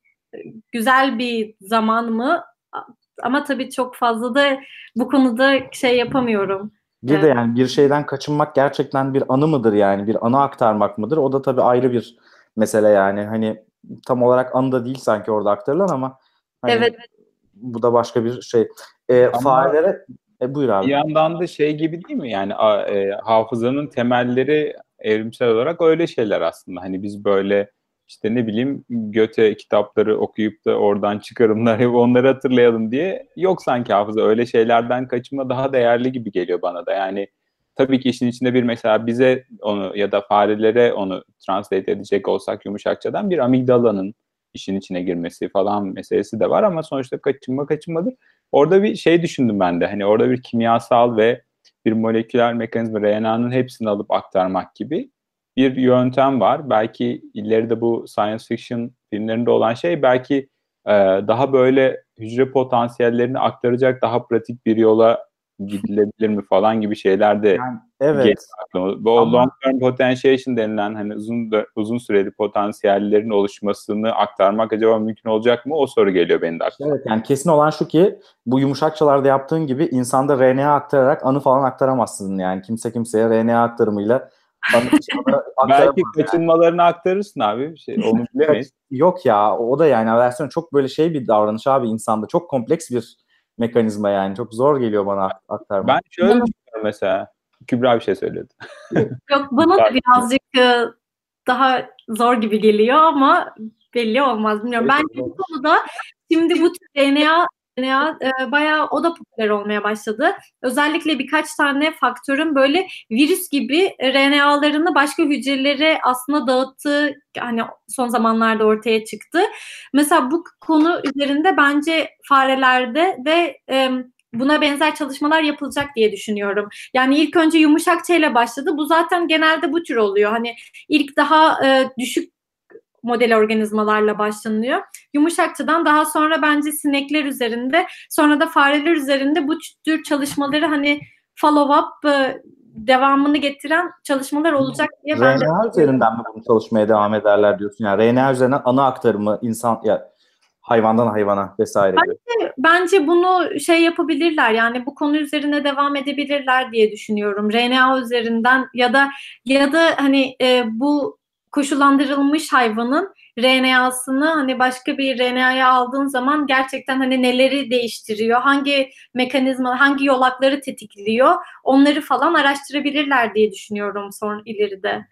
güzel bir zaman mı? Ama tabii çok fazla da bu konuda şey yapamıyorum. Bir de yani bir şeyden kaçınmak gerçekten bir anı mıdır yani? Bir anı aktarmak mıdır? O da tabii ayrı bir mesele yani. Hani tam olarak anı da değil sanki orada aktarılan ama hani Evet. bu da başka bir şey. E, Ama farelere e, buyur abi. bir yandan da şey gibi değil mi? Yani a, e, hafızanın temelleri evrimsel olarak öyle şeyler aslında. Hani biz böyle işte ne bileyim Goethe kitapları okuyup da oradan çıkarımlar yapıp onları hatırlayalım diye yok sanki hafıza. Öyle şeylerden kaçınma daha değerli gibi geliyor bana da. Yani tabii ki işin içinde bir mesela bize onu ya da farelere onu translate edecek olsak yumuşakçadan bir amigdalanın işin içine girmesi falan meselesi de var ama sonuçta kaçınma kaçınmadır. Orada bir şey düşündüm ben de. Hani orada bir kimyasal ve bir moleküler mekanizma R N A'nın hepsini alıp aktarmak gibi bir yöntem var. Belki ileride bu science fiction filmlerinde olan şey belki e, daha böyle hücre potansiyellerini aktaracak daha pratik bir yola gidilebilir mi falan gibi şeyler de Yani, evet. geliyor aklıma. Bu Ama- long term potentiation denilen hani uzun uzun süreli potansiyellerin oluşmasını aktarmak acaba mümkün olacak mı? O soru geliyor benim de aklıma. Evet, yani kesin olan şu ki bu yumuşakçalarda yaptığın gibi insanda R N A aktararak anı falan aktaramazsın yani. Kimse kimseye R N A aktarımıyla anı, anı aktaramaz. Belki kaçınmalarını aktarırsın abi. Şey, onu bilemeyiz. Yok ya, o da yani versiyon çok böyle şey bir davranış abi insanda. Çok kompleks bir mekanizma yani. Çok zor geliyor bana aktarmak. Ben şöyle düşünüyorum mesela. Kübra bir şey söyledi. Yok, bana da birazcık e, daha zor gibi geliyor ama belli olmaz. Bilmiyorum. Bence bu konuda şimdi bu tür D N A D N A e, bayağı o da popüler olmaya başladı. Özellikle birkaç tane faktörün böyle virüs gibi R N A'larını başka hücrelere aslında dağıttığı hani son zamanlarda ortaya çıktı. Mesela bu konu üzerinde bence farelerde de e, buna benzer çalışmalar yapılacak diye düşünüyorum. Yani ilk önce yumuşakçayla başladı. Bu zaten genelde bu tür oluyor. Hani ilk daha e, düşük model organizmalarla başlanıyor. Yumuşakçadan daha sonra bence sinekler üzerinde, sonra da fareler üzerinde bu tür çalışmaları hani follow up e, devamını getiren çalışmalar olacak diye ben de R N A üzerinden mi bunu çalışmaya devam ederler diyorsun? Yani R N A üzerinden anı aktarımı insan ya hayvandan hayvana vesaire gibi. Bence, bence bunu şey yapabilirler yani bu konu üzerine devam edebilirler diye düşünüyorum. R N A üzerinden ya da ya da hani e, bu koşullandırılmış hayvanın R N A'sını hani başka bir R N A'ya aldığın zaman gerçekten hani neleri değiştiriyor, hangi mekanizma, hangi yolakları tetikliyor, onları falan araştırabilirler diye düşünüyorum sonra ileride.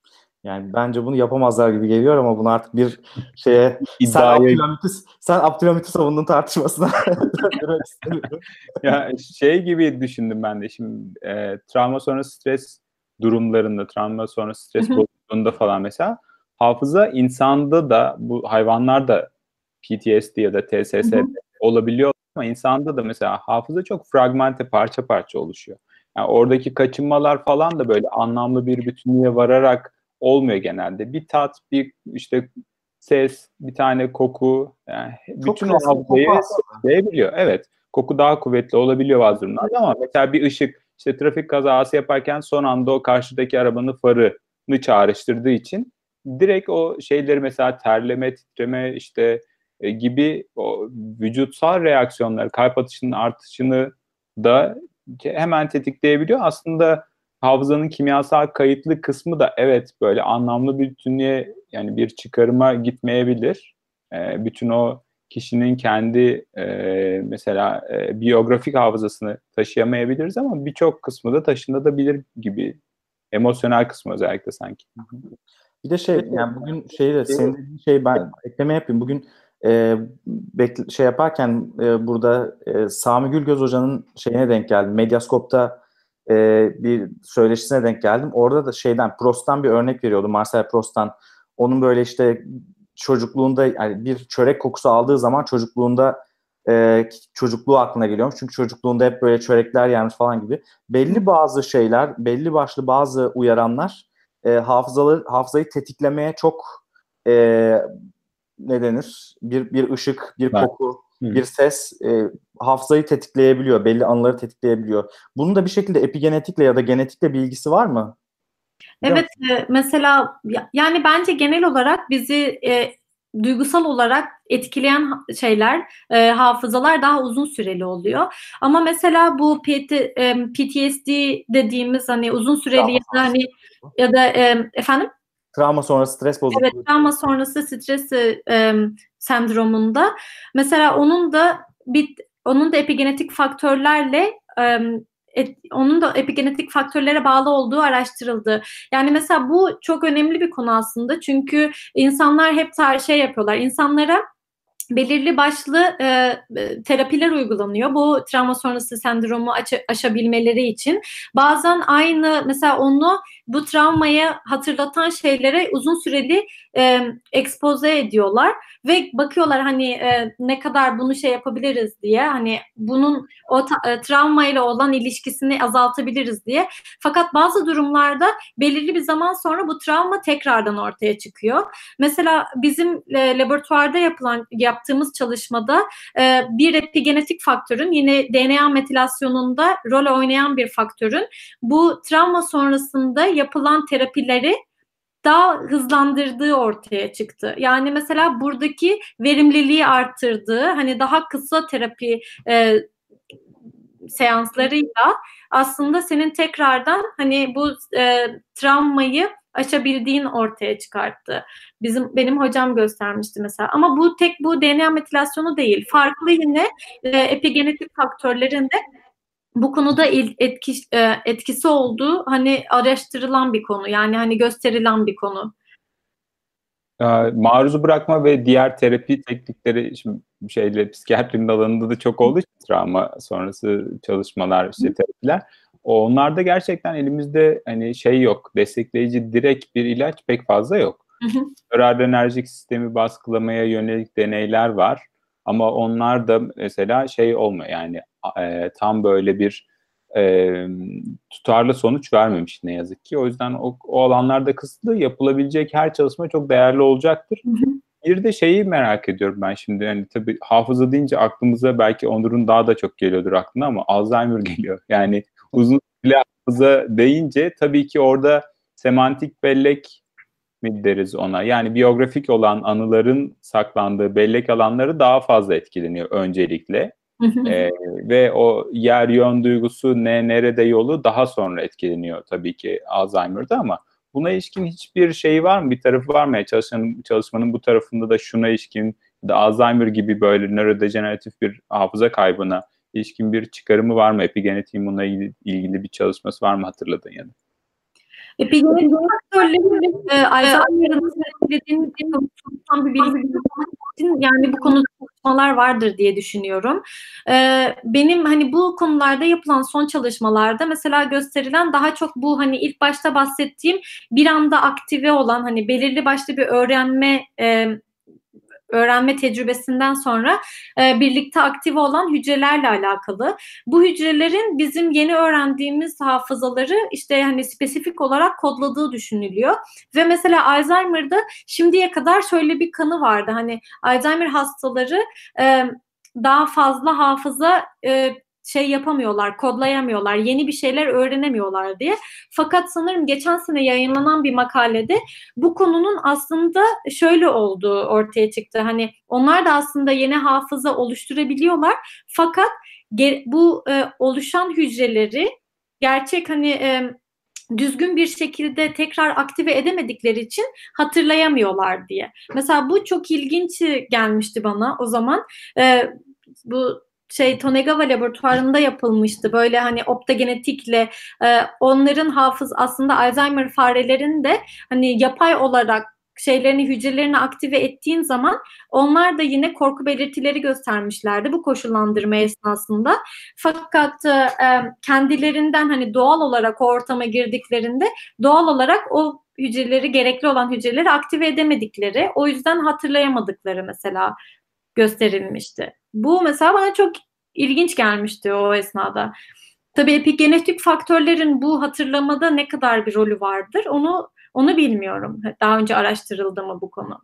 Yani bence bunu yapamazlar gibi geliyor ama bunu artık bir şeye sen İddiaya Abdülhamit'i sen Abdülhamit'i savunduğun tartışmasına döndürmek istemiyorum. ya şey gibi düşündüm ben de şimdi e, travma sonrası stres durumlarında, travma sonrası stres bozukluğunda falan mesela hafıza insanda da bu hayvanlarda P T S D ya da T S S olabiliyor ama insanda da mesela hafıza çok fragmente parça parça oluşuyor. Yani oradaki kaçınmalar falan da böyle anlamlı bir bütünlüğe vararak olmuyor genelde. Bir tat, bir işte ses, bir tane koku yani Çok bütün o klasik hafızayı koku aslında. sağlayabiliyor. Evet. Koku daha kuvvetli olabiliyor bazı durumlarda ama mesela bir ışık işte trafik kazası yaparken son anda o karşıdaki arabanın farını çağrıştırdığı için direkt o şeyleri mesela terleme, titreme işte e, gibi o vücutsal reaksiyonları, kalp atışının artışını da hemen tetikleyebiliyor. Aslında hafızanın kimyasal kayıtlı kısmı da evet böyle anlamlı bir bütünlüğe yani bir çıkarıma gitmeyebilir. e, bütün o kişinin kendi e, mesela e, biyografik hafızasını taşıyamayabiliriz ama birçok kısmı da taşınabilir gibi, emosyonel kısmı özellikle sanki. Bir de şey, yani bugün şeyde senin dediğin şey, ben ekleme yapayım. Bugün e, bekle, şey yaparken e, burada e, Sami Gülgöz Hoca'nın şeyine denk geldim. Medyaskop'ta e, bir söyleşisine denk geldim. Orada da şeyden, Proust'tan bir örnek veriyordu. Marcel Proust'tan. Onun böyle işte çocukluğunda, yani bir çörek kokusu aldığı zaman çocukluğunda e, çocukluğu aklına geliyormuş. Çünkü çocukluğunda hep böyle çörekler yermiş falan gibi. Belli bazı şeyler, belli başlı bazı uyaranlar E, hafızaları, hafızayı tetiklemeye çok e, ne denir? Bir bir ışık, bir Evet. koku, Hı. bir ses e, hafızayı tetikleyebiliyor, belli anıları tetikleyebiliyor. Bunun da bir şekilde epigenetikle ya da genetikle bir ilgisi var mı? Biliyor Evet, e, mesela ya- yani bence genel olarak bizi e, duygusal olarak etkileyen ha- şeyler, e, hafızalar daha uzun süreli oluyor. Ama mesela bu P T, e, P T S D dediğimiz hani uzun süreli ya da hani ya da e, efendim Travma sonrası stres bozukluğu. Evet, travma sonrası stres e, sendromunda mesela onun da bir onun da epigenetik faktörlerle e, et, onun da epigenetik faktörlere bağlı olduğu araştırıldı. Yani mesela bu çok önemli bir konu aslında. Çünkü insanlar hep tar- şey yapıyorlar. İnsanlara belirli başlı e, terapiler uygulanıyor. Bu travma sonrası sendromu aç- aşabilmeleri için. Bazen aynı mesela onu bu travmayı hatırlatan şeylere uzun süreli e, ekspoze ediyorlar ve bakıyorlar hani e, ne kadar bunu şey yapabiliriz diye, hani bunun o ta- e, travmayla olan ilişkisini azaltabiliriz diye. Fakat bazı durumlarda belirli bir zaman sonra bu travma tekrardan ortaya çıkıyor. Mesela bizim e, laboratuvarda yapılan yaptığımız çalışmada e, bir epigenetik faktörün, yine D N A metilasyonunda rol oynayan bir faktörün bu travma sonrasında yapılan terapileri daha hızlandırdığı ortaya çıktı. Yani mesela buradaki verimliliği arttırdığı, hani daha kısa terapi e, seanslarıyla aslında senin tekrardan hani bu e, travmayı aşabildiğin ortaya çıkarttı. Bizim benim hocam göstermişti mesela. Ama bu tek bu D N A metilasyonu değil. Farklı yine e, epigenetik faktörlerin de bu konuda il, etki, e, etkisi olduğu hani araştırılan bir konu. Yani hani gösterilen bir konu. Ee, Maruzu bırakma ve diğer terapi teknikleri, şimdi şeyle psikiyatrinin alanında da çok olduğu için travma sonrası çalışmalar, işte terapiler. Onlarda gerçekten elimizde hani şey yok, destekleyici direkt bir ilaç pek fazla yok. Nöroadrenerjik sistemi baskılamaya yönelik deneyler var. Ama onlar da mesela şey olmuyor, yani e, tam böyle bir e, tutarlı sonuç vermemiş ne yazık ki. O yüzden o, o alanlarda kısıtlı, yapılabilecek her çalışma çok değerli olacaktır. Hı hı. Bir de şeyi merak ediyorum ben şimdi, yani tabii hafıza deyince aklımıza belki Onur'un daha da çok geliyordur aklına ama Alzheimer geliyor. Yani uzun süreli hafıza deyince tabii ki orada semantik bellek mi deriz ona? Yani biyografik olan anıların saklandığı bellek alanları daha fazla etkileniyor öncelikle. ee, ve o yer yön duygusu, ne nerede yolu daha sonra etkileniyor tabii ki Alzheimer'da, ama buna ilişkin hiçbir şey var mı? Bir tarafı var mı? Yani çalışmanın, çalışmanın bu tarafında da şuna ilişkin, da Alzheimer gibi böyle nörodejeneratif bir hafıza kaybına ilişkin bir çıkarımı var mı? Epigenetiğin bununla ilgili, ilgili bir çalışması var mı hatırladığın ya da? Epigenetik faktörlerin e, Alzheimer'ın etkilediğini tam bir bilgi için yani bu konuda çalışmalar vardır diye düşünüyorum. E, benim hani bu konularda yapılan son çalışmalarda mesela gösterilen daha çok bu hani ilk başta bahsettiğim bir anda aktive olan hani belirli başlı bir öğrenme e, öğrenme tecrübesinden sonra e, birlikte aktive olan hücrelerle alakalı. Bu hücrelerin bizim yeni öğrendiğimiz hafızaları işte hani spesifik olarak kodladığı düşünülüyor. Ve mesela Alzheimer'da şimdiye kadar şöyle bir kanı vardı. Hani Alzheimer hastaları e, daha fazla hafıza e, şey yapamıyorlar, kodlayamıyorlar, yeni bir şeyler öğrenemiyorlar diye. Fakat sanırım geçen sene yayınlanan bir makalede bu konunun aslında şöyle olduğu ortaya çıktı. Hani onlar da aslında yeni hafıza oluşturabiliyorlar. Fakat bu e, oluşan hücreleri gerçek hani e, düzgün bir şekilde tekrar aktive edemedikleri için hatırlayamıyorlar diye. Mesela bu çok ilginç gelmişti bana o zaman. Ee, bu şey Tonegawa laboratuvarında yapılmıştı. Böyle hani optogenetikle e, onların hafız aslında Alzheimer farelerin de hani yapay olarak şeylerini, hücrelerini aktive ettiğin zaman onlar da yine korku belirtileri göstermişlerdi bu koşullandırma esnasında. Fakat e, kendilerinden hani doğal olarak o ortama girdiklerinde doğal olarak o hücreleri, gerekli olan hücreleri aktive edemedikleri, o yüzden hatırlayamadıkları mesela gösterilmişti. Bu mesela bana çok ilginç gelmişti o esnada. Tabii epigenetik faktörlerin bu hatırlamada ne kadar bir rolü vardır onu onu bilmiyorum. Daha önce araştırıldı mı bu konu?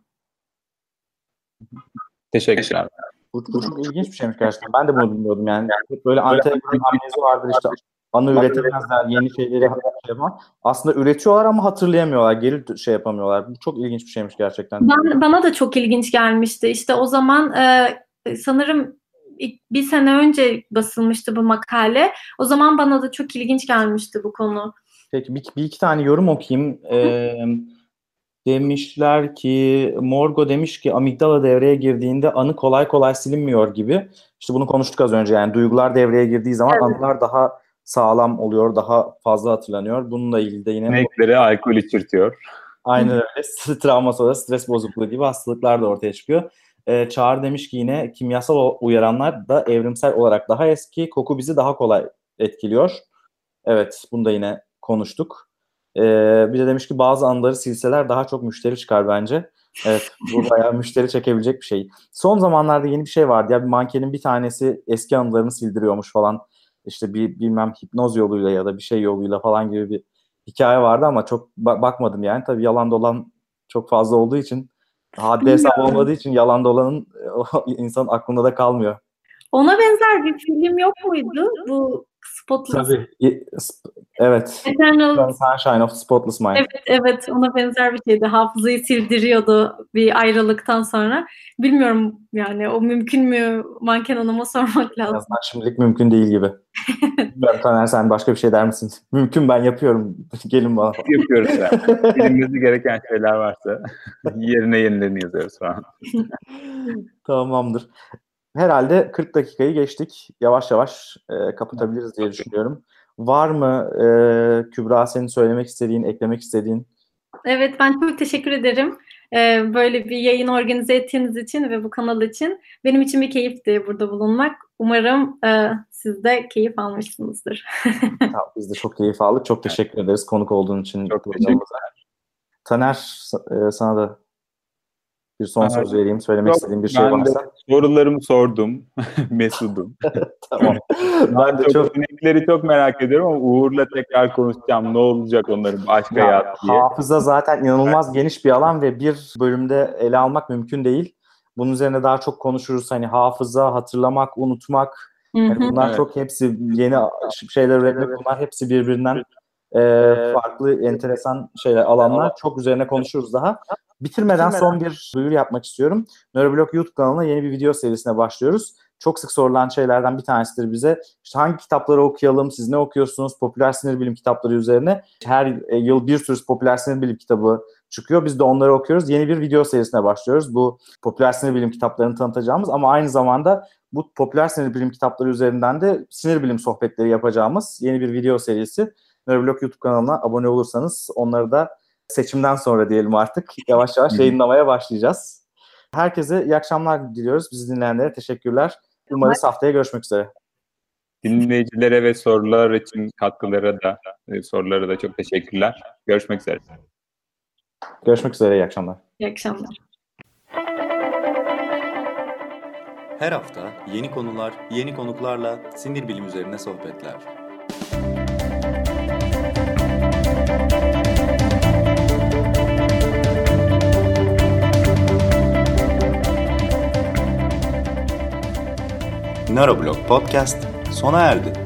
Teşekkürler. Bu, bu çok ilginç bir şeymiş gerçekten. Ben de bunu bilmiyordum yani. Böyle antenagram amnezi vardır işte. Anı üretemezler, yeni şeyleri şey yapamaz. Aslında üretiyorlar ama hatırlayamıyorlar, geri şey yapamıyorlar. Bu çok ilginç bir şeymiş gerçekten. Ben, bana da çok ilginç gelmişti. İşte o zaman e, sanırım bir sene önce basılmıştı bu makale. O zaman bana da çok ilginç gelmişti bu konu. Peki bir, bir iki tane yorum okuyayım. Ee, demişler ki, Morgo demiş ki amigdala devreye girdiğinde anı kolay kolay silinmiyor gibi. İşte bunu konuştuk az önce, yani duygular devreye girdiği zaman evet, anılar daha sağlam oluyor, daha fazla hatırlanıyor. Bununla ilgili de yine... Sinekleri alkol içirtiyor. Aynen öyle. Travma sonra stres bozukluğu gibi hastalıklar da ortaya çıkıyor. Ee, Çağrı demiş ki yine kimyasal uyaranlar da evrimsel olarak daha eski, koku bizi daha kolay etkiliyor. Evet, bunu da yine konuştuk. Ee, bir de demiş ki bazı anıları silseler daha çok müşteri çıkar bence. Evet, bu bayağı müşteri çekebilecek bir şey. Son zamanlarda yeni bir şey vardı ya, bir mankenin bir tanesi eski anılarını sildiriyormuş falan. İşte bir bilmem hipnoz yoluyla ya da bir şey yoluyla falan gibi bir hikaye vardı ama çok bak- bakmadım yani. Tabii yalan dolan çok fazla olduğu için, haddi hesap olmadığı için yalan dolanın insanın aklında da kalmıyor. Ona benzer bir film yok muydu? Bu Spotless. Tabii. Evet. Eternal Sunshine of Spotless Mind. Evet, evet. Ona benzer bir şeydi. Hafızayı sildiriyordu bir ayrılıktan sonra. Bilmiyorum yani o mümkün mü? Manken Hanım'a sormak lazım. Aslında şimdilik mümkün değil gibi. Bilmiyorum Taner, sen başka bir şey der misin? Mümkün, ben yapıyorum. Gelin bana. Yapıyoruz yani. Bilinmesi gereken şeyler varsa yerine yenilerini yazıyoruz falan. Tamamdır. Herhalde kırk dakikayı geçtik. Yavaş yavaş e, kapatabiliriz diye düşünüyorum. Var mı e, Kübra senin söylemek istediğin, eklemek istediğin? Evet, ben çok teşekkür ederim. Ee, böyle bir yayın organize ettiğiniz için ve bu kanal için. Benim için bir keyifti burada bulunmak. Umarım e, siz de keyif almışsınızdır. Tamam, biz de çok keyif aldık. Çok teşekkür ederiz konuk olduğun için. Çok teşekkürler. Taner, e, sana da bir son söz vereyim. Söylemek Yok, istediğin bir şey ben varsa. de sorularımı sordum. Mesudum. Tamam. Ben de çok, çok... Sinekleri çok merak ediyorum ama Uğur'la tekrar konuşacağım. Ne olacak onların başka Ya, hayat diye. hafıza zaten inanılmaz geniş bir alan ve bir bölümde ele almak mümkün değil. Bunun üzerine daha çok konuşuruz. Hani hafıza, hatırlamak, unutmak. Yani bunlar Evet. çok hepsi yeni şeyler üretmek. Bunlar hepsi birbirinden e, farklı, enteresan şeyler, alanlar. Çok üzerine konuşuruz daha. Bitirmeden son bir duyuru yapmak istiyorum. Nöroblog YouTube kanalına yeni bir video serisine başlıyoruz. Çok sık sorulan şeylerden bir tanesidir bize. İşte hangi kitapları okuyalım, siz ne okuyorsunuz, popüler sinir bilim kitapları üzerine. Her yıl bir sürü popüler sinir bilim kitabı çıkıyor. Biz de onları okuyoruz. Yeni bir video serisine başlıyoruz. Bu popüler sinir bilim kitaplarını tanıtacağımız ama aynı zamanda bu popüler sinir bilim kitapları üzerinden de sinir bilim sohbetleri yapacağımız yeni bir video serisi. Nöroblog YouTube kanalına abone olursanız onları da seçimden sonra diyelim artık yavaş yavaş yayınlamaya başlayacağız. Herkese iyi akşamlar diliyoruz. Bizi dinleyenlere teşekkürler. Umarız haftaya görüşmek üzere. Dinleyicilere ve sorular için katkılara da sorulara da çok teşekkürler. Görüşmek üzere. Görüşmek üzere, iyi akşamlar. İyi akşamlar. Her hafta yeni konular, yeni konuklarla sinir bilim üzerine sohbetler. Nöroblog Podcast sona erdi.